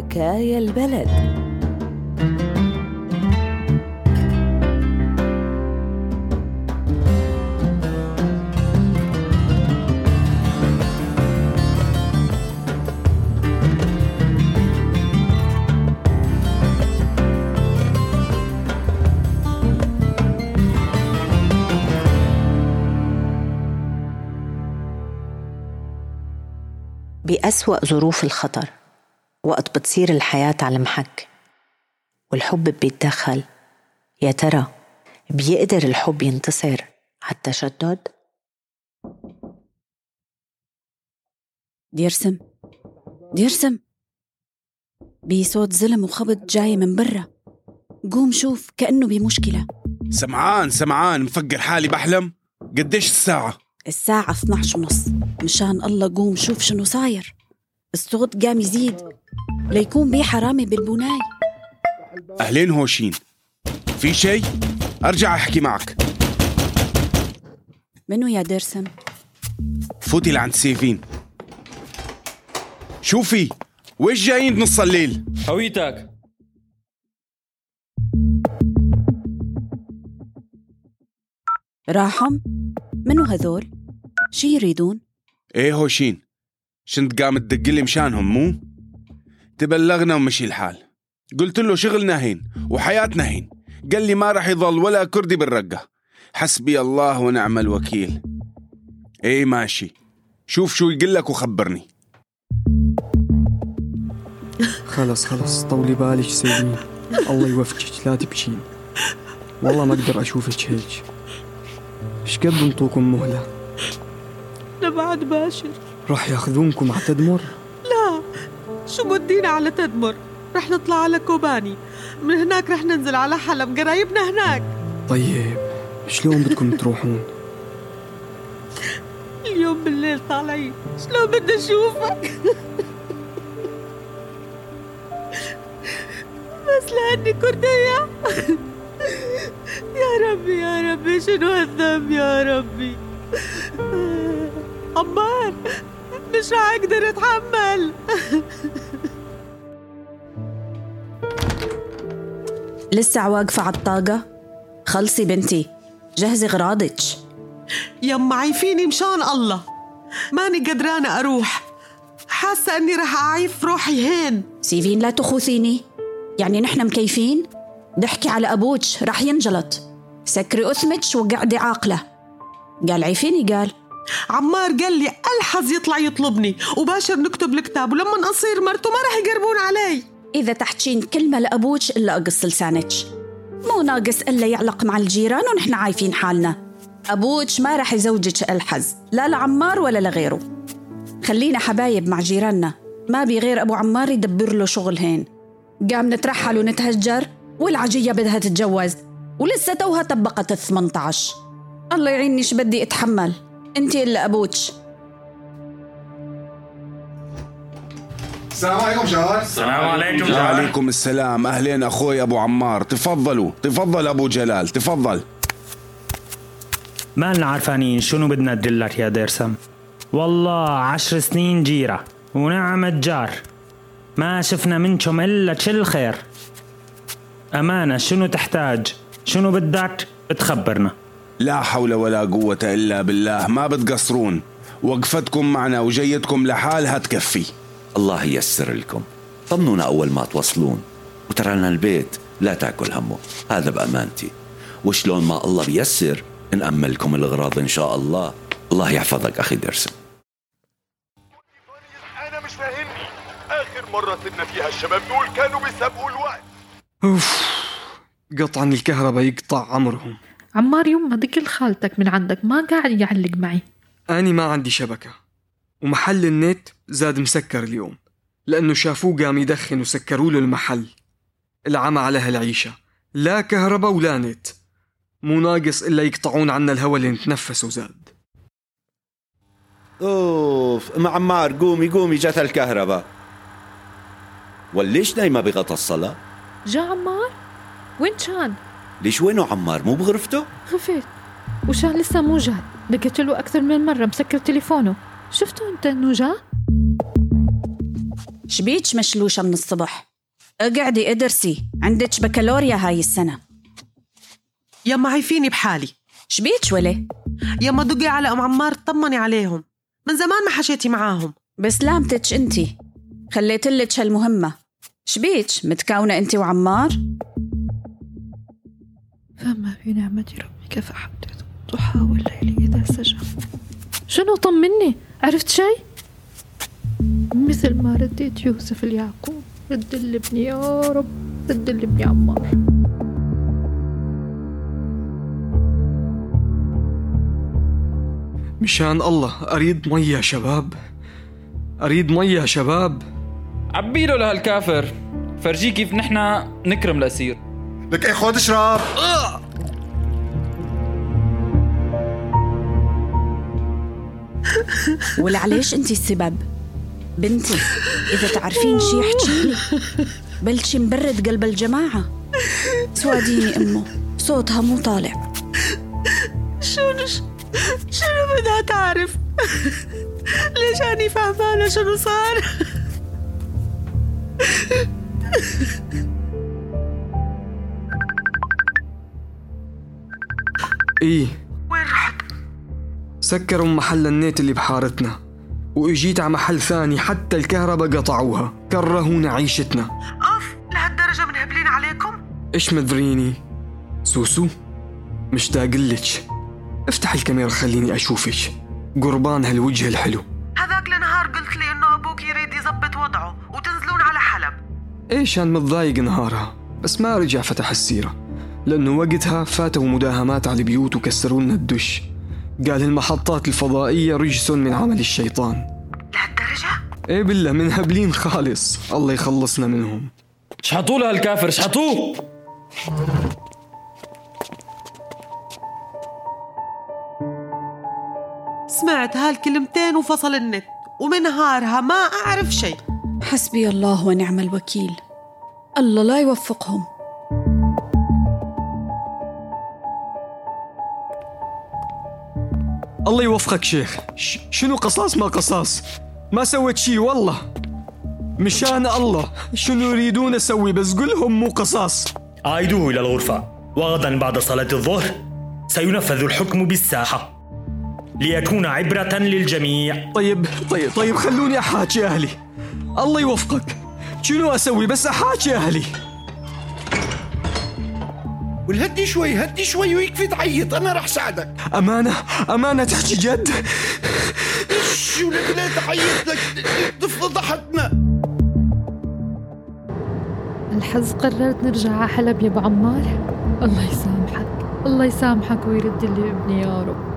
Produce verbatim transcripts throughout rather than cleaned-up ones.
حكاية البلد. بأسوأ ظروف الخطر، وقت بتصير الحياة على المحك والحب بيتدخل، يا ترى بيقدر الحب ينتصر على التشدد؟ ديرسم ديرسم بصوت زلم وخبط جاي من برا. قوم شوف، كأنه بمشكلة. سمعان سمعان مفكر حالي بحلم؟ قديش الساعة؟ الساعة اثني عشر ونص. مشان الله قوم شوف شنو صاير. الصوت قام يزيد ليكون بيه حرامي بالبناي. أهلين هوشين، في شي؟ أرجع أحكي معك. منو يا ديرسم؟ فوتي لعند سيفين. شوفي ويش جايين بنص الليل؟ هويتك. راحم؟ منو هذول؟ شي يريدون؟ ايه هوشين، شنت قام تدقلي مشانهم مو؟ تبلغنا ومشي الحال. قلت له شغلنا هين وحياتنا هين، قال لي ما رح يظل ولا كردي بالرقة. حسبي الله ونعم الوكيل. ايه ماشي، شوف شو يقلك وخبرني. خلص خلص طولي بالك سيدين، الله يوفقك لا تبكين. والله ما أقدر أشوفك هيك. إيش قد انطوكم مهلة؟ لا بعد باشر. راح ياخذونكم على تدمر؟ لا، شو مودينا على تدمر؟ رح نطلع على كوباني، من هناك رح ننزل على حلب، قرايبنا هناك. طيب شلون بدكم تروحون؟ اليوم بالليل طالعين. شلون بدي أشوفك؟ بس لأني كردية. يا ربي يا ربي شنو هالذنب يا ربي. عمار مش رح أقدر أتحمل. لسه واقفة على الطاقة؟ خلصي بنتي، جهزي غراضك. يما عيفيني مشان الله، ماني قدرانة أروح، حاسة أني رح أعيف روحي هين. سيفين لا تخوثيني، يعني نحن مكيفين؟ ضحكي على أبوش رح ينجلط. سكري أثمتش وقعدي عاقلة. قال عيفيني. قال عمار قال لي ألحظ يطلع يطلبني وباشر نكتب الكتاب، ولما أصير مرته ما رح يقربون علي. إذا تحتشين كلمة لأبوش إلا أقص لسانك، مو ناقص إلا يعلق مع الجيران ونحن عايفين حالنا. أبوش ما رح يزوجك ألحظ، لا لعمار ولا لغيره. خلينا حبايب مع جيراننا، ما بي غير أبو عمار يدبر له شغل هين. قام نترحل ونتهجر والعجية بدها تتجوز ولسه توها طبقت الثمانية عشر. الله يعيني شو بدي أتحمل، أنتي إلا أبوش. السلام عليكم شهر. السلام عليكم. وعليكم السلام. أهلين أخوي أبو عمار، تفضلوا تفضل أبو جلال تفضل. ما لنا عارفانين شنو بدنا ندلك يا ديرسم. والله عشر سنين جيرة ونعمة جار، ما شفنا منكم إلا كل خير. أمانة شنو تحتاج، شنو بدك تخبرنا. لا حول ولا قوة إلا بالله، ما بتقصرون. وقفتكم معنا وجيتكم لحالها تكفي. الله ييسر لكم. طمنونا أول ما توصلون، وترانا البيت لا تاكل همه، هذا بأمانتي. وشلون ما الله بيسر نأملكم الأغراض إن شاء الله. الله يحفظك أخي ديرسم. أنا مش فاهمني، آخر مرة سيبنا فيها الشباب دول كانوا بيسابقوا الوقت. أوف، قطعا الكهرباء يقطع عمرهم. عمار يوم ما دق خالتك من عندك ما قاعد يعلق معي. أنا ما عندي شبكة، ومحل النت زاد مسكر اليوم لأنه شافوه قام يدخن وسكروا له المحل. العمى على هالعيشة، لا كهرباء ولا نت، مو ناقص إلا يقطعون عنا الهواء اللي نتنفسه زاد. أوف معمار، قومي قومي جات الكهرباء. وليش نايمة بغطى الصلاة؟ جا عمار؟ وين كان؟ ليش وينه عمار؟ مو بغرفته؟ خفت وشان لسه مو جاد، دقت له أكثر من مرة مسكر تليفونه. شفتوا أنت إنه جا؟ شبيتش مشلوشة من الصبح؟ اقعدي ادرسي، عندك بكالوريا هاي السنة. يما عايفيني بحالي. شبيتش ولا؟ يما دقي على أم عمار طمني عليهم، من زمان ما حشيتي معاهم. بسلامتك انتي، خليتلك هالمهمة. شبيتش متكاونة انتي وعمار؟ فما في نعمة ربك فحدث ضحى والليل إذا سجى. شنو طمني؟ عرفت شي؟ مثل ما رديت يوسف اليعقوب، رد لابني يا رب، رد لابني عمار. مشان الله أريد مية يا شباب، أريد مية يا شباب. عبيله لهالكافر، فرجيه كيف نحنا نكرم الأسير. لك ايه خود اشرب. ولعليش انتي السبب؟ بنتي إذا تعرفين شي احكيلي، بلشي مبرد قلب الجماعة. سواديني أمه، صوتها مو طالع. شنو شنو بدها تعرف؟ ليش أني فهمانة شنو صار؟ إيه وين رحت؟ سكروا محل النت اللي بحارتنا، وإجيت على محل ثاني حتى الكهرباء قطعوها، كرهونا عيشتنا. أوف، لهالدرجة منهبلين عليكم؟ إيش مدريني؟ سوسو مشتاق لك، افتح الكاميرا خليني أشوفك، قربان هالوجه الحلو. هذاك لنهار قلت لي إنه أبوك يريد يزبط وضعه وتنزلون على حلب. إيش كان متضايق نهارها، بس ما رجع فتح السيرة، لأنه وقتها فاتوا مداهمات على البيوت وكسروا لنا الدش. قال المحطات الفضائية رجس من عمل الشيطان. لهالدرجة؟ إيه بالله منهبلين خالص، الله يخلصنا منهم. شحطوا له هالكافر، شحطوه. سمعت هالكلمتين وفصل النت، ومن نهارها ما أعرف شيء. حسبي الله ونعم الوكيل، الله لا يوفقهم. الله يوفقك شيخ. ش... شنو قصاص ما قصاص، ما سويت شي والله، مشان الله شنو يريدون أسوي، بس قلهم مو قصاص. أعيدوه إلى الغرفة، وغدا بعد صلاة الظهر سينفذ الحكم بالساحة ليكون عبرة للجميع. طيب طيب طيب خلوني أحاكي أهلي. الله يوفقك، شنو أسوي بس أحاكي أهلي. والهدي شوي، هدي شوي ويكفي تعيط، أنا رح ساعدك. أمانة أمانة تحكي جد؟ إيش ولك لا تعيط لك تفضحتنا. الحظ قررت نرجع على حلب يا ابو عمار. الله يسامحك، الله يسامحك ويرد لي ابني يا رب.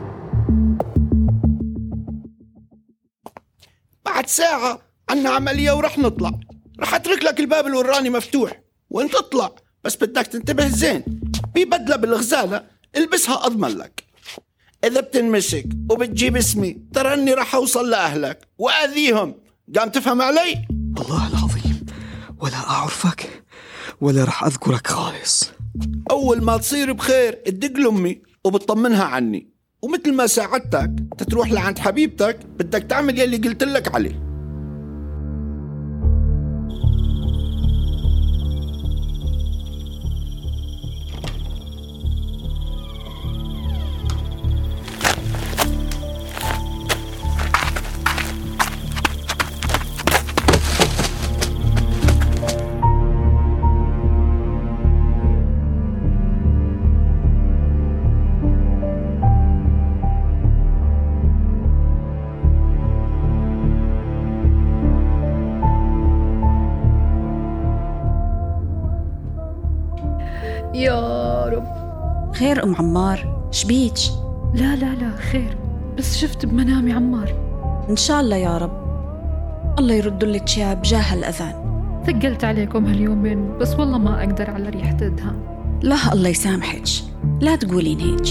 بعد ساعة عنا عملية ورح نطلع، رح أترك لك الباب الوراني مفتوح وانت اطلع، بس بدك تنتبه زين، ببدلة بالغزالة البسها أضمن لك. إذا بتنمسك وبتجيب اسمي ترى أني رح أوصل لأهلك وأذيهم، قام تفهم علي؟ والله العظيم ولا أعرفك ولا رح أذكرك خالص. أول ما تصير بخير تدق لأمي وبتطمنها عني، ومثل ما ساعدتك تتروح لعند حبيبتك بدك تعمل يلي قلت لك عليه. يا رب. خير أم عمار، شبيتش؟ لا لا لا خير، بس شفت بمنامي عمار. إن شاء الله يا رب الله يرد لك يا بجاه الأذان. ثقلت عليكم هاليومين، بس والله ما أقدر على ريحة الدهان. لا الله يسامحك، لا تقولين هيك.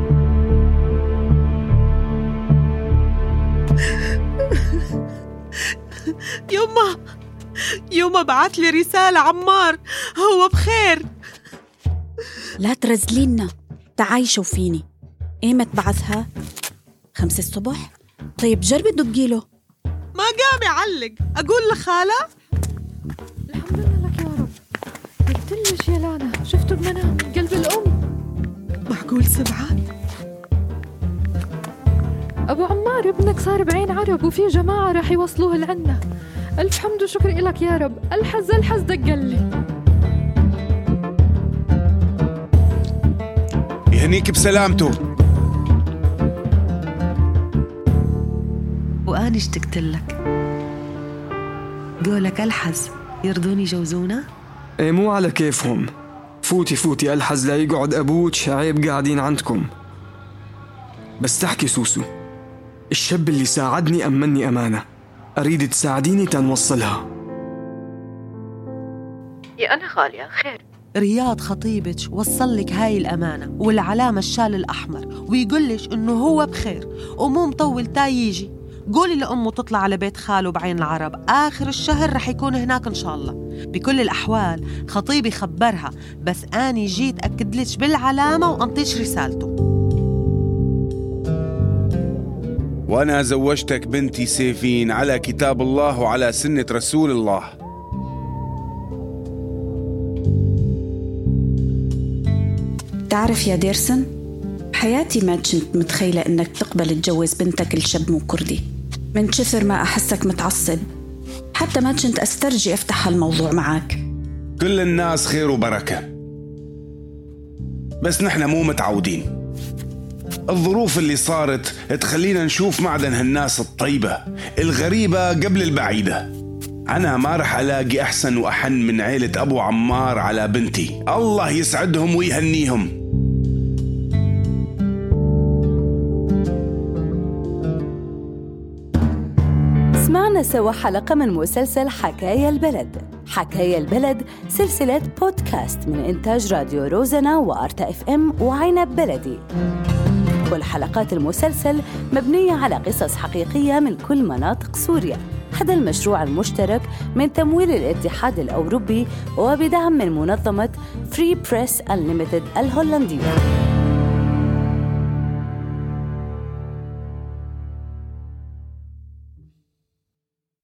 يما يما بعت لي رسالة عمار هو بخير. لا ترزلينا، تعاي شوفيني. ايمت بعثها؟ خمسة الصبح؟ طيب جربي تدقي له. ما قام يعلق. أقول لخالة الحمد لله لك يا رب. قلتلش يا لانا شفته بمنام قلب الأم. معقول سمعان؟ أبو عمار ابنك صار بعين عرب وفي جماعة راح يوصلوه لعنا. ألف حمد وشكر إلك يا رب. الحز الحز دقلي. يهنيك بسلامته. وأنا اشتقت لك. قولك الحز يرضون يجوزونا؟ ايه مو على كيفهم. فوتي فوتي الحز لا يقعد أبوك، عيب قاعدين عندكم. بس تحكي سوسو، الشاب اللي ساعدني أمني أمانة، أريد تساعديني تنوصلها. يا أنا غالية خير. رياض خطيبك وصل لك هاي الأمانة والعلامة الشال الأحمر ويقولش إنه هو بخير ومو مطول تا يجي. قولي لأمه تطلع على بيت خاله بعين العرب آخر الشهر رح يكون هناك إن شاء الله. بكل الأحوال خطيبي خبرها، بس أني جيت أكدلش بالعلامة وأنطيش رسالته. وأنا زوجتك بنتي سيفين على كتاب الله وعلى سنة رسول الله. تعرف يا ديرسن، حياتي ما كنت متخيلة إنك تقبل تجوز بنتك الشاب مو كردي. من كثر ما أحسك متعصب حتى ما كنت أسترجي أفتح هالموضوع معك. كل الناس خير وبركة، بس نحن مو متعودين. الظروف اللي صارت تخلينا نشوف معدن هالناس الطيبة الغريبة قبل البعيدة. أنا ما رح ألاقي أحسن وأحن من عيلة أبو عمار على بنتي. الله يسعدهم ويهنيهم. سمعنا سوا حلقة من مسلسل حكاية البلد. حكاية البلد سلسلة بودكاست من إنتاج راديو روزنا وأرتا اف ام وعنب بلدي. كل حلقات المسلسل مبنية على قصص حقيقية من كل مناطق سوريا. هذا المشروع المشترك من تمويل الاتحاد الأوروبي وبدعم من منظمة Free Press Unlimited الهولندية.